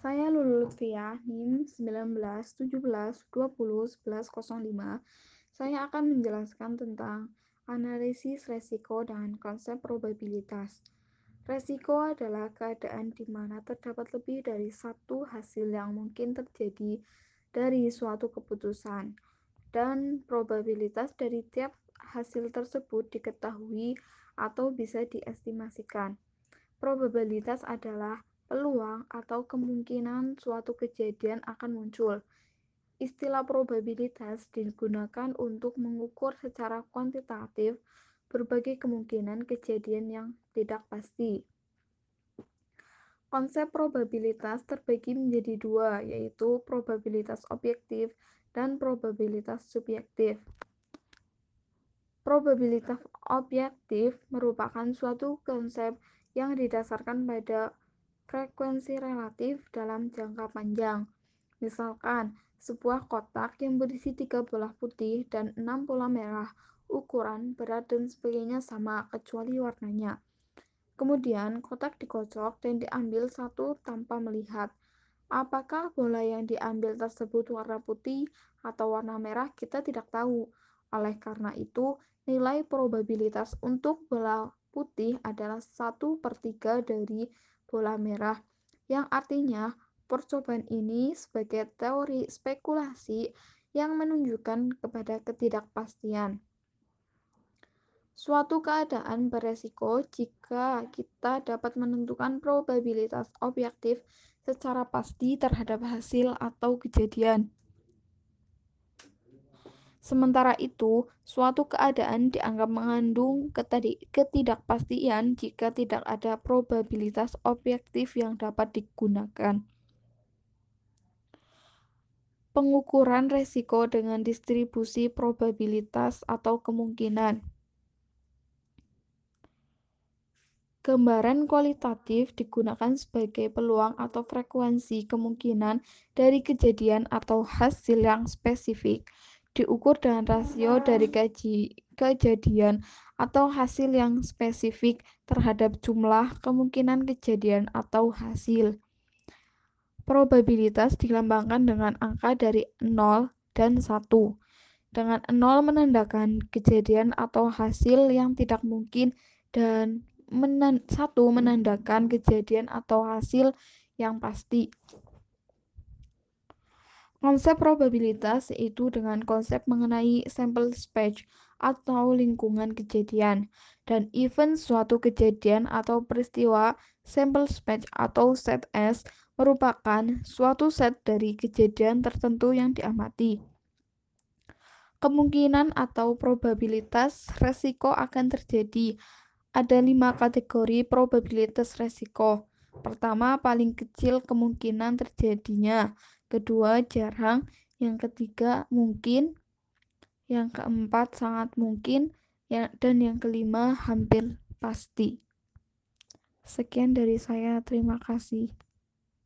Saya Lulu Lutfia, NIM 19 17 20 11 05. Saya akan menjelaskan tentang analisis resiko dan konsep probabilitas. Resiko adalah keadaan di mana terdapat lebih dari satu hasil yang mungkin terjadi dari suatu keputusan, dan probabilitas dari tiap hasil tersebut diketahui atau bisa diestimasikan. Probabilitas adalah peluang atau kemungkinan suatu kejadian akan muncul. Istilah probabilitas digunakan untuk mengukur secara kuantitatif berbagai kemungkinan kejadian yang tidak pasti. Konsep probabilitas terbagi menjadi dua, yaitu probabilitas objektif dan probabilitas subjektif. Probabilitas objektif merupakan suatu konsep yang didasarkan pada frekuensi relatif dalam jangka panjang. Misalkan, sebuah kotak yang berisi 3 bola putih dan 6 bola merah, ukuran, berat, dan sebagainya sama kecuali warnanya. Kemudian, kotak dikocok dan diambil satu tanpa melihat. Apakah bola yang diambil tersebut warna putih atau warna merah, kita tidak tahu. Oleh karena itu, nilai probabilitas untuk bola putih adalah 1/3 dari bola merah, yang artinya percobaan ini sebagai teori spekulasi yang menunjukkan kepada ketidakpastian. Suatu keadaan beresiko jika kita dapat menentukan probabilitas objektif secara pasti terhadap hasil atau kejadian. Sementara itu, suatu keadaan dianggap mengandung ketidakpastian jika tidak ada probabilitas objektif yang dapat digunakan. Pengukuran resiko dengan distribusi probabilitas atau kemungkinan. Gambaran kualitatif digunakan sebagai peluang atau frekuensi kemungkinan dari kejadian atau hasil yang spesifik, diukur dengan rasio dari kejadian atau hasil yang spesifik terhadap jumlah kemungkinan kejadian atau hasil. Probabilitas dilambangkan dengan angka dari 0 dan 1, dengan 0 menandakan kejadian atau hasil yang tidak mungkin dan 1 menandakan kejadian atau hasil yang pasti. Konsep probabilitas yaitu dengan konsep mengenai sample space atau lingkungan kejadian, dan event suatu kejadian atau peristiwa. Sample space atau set S merupakan suatu set dari kejadian tertentu yang diamati. Kemungkinan atau probabilitas resiko akan terjadi. Ada 5 kategori probabilitas resiko. Pertama, paling kecil kemungkinan terjadinya. Kedua, jarang. Yang ketiga, mungkin. Yang keempat, sangat mungkin. Dan yang kelima, hampir pasti. Sekian dari saya, terima kasih.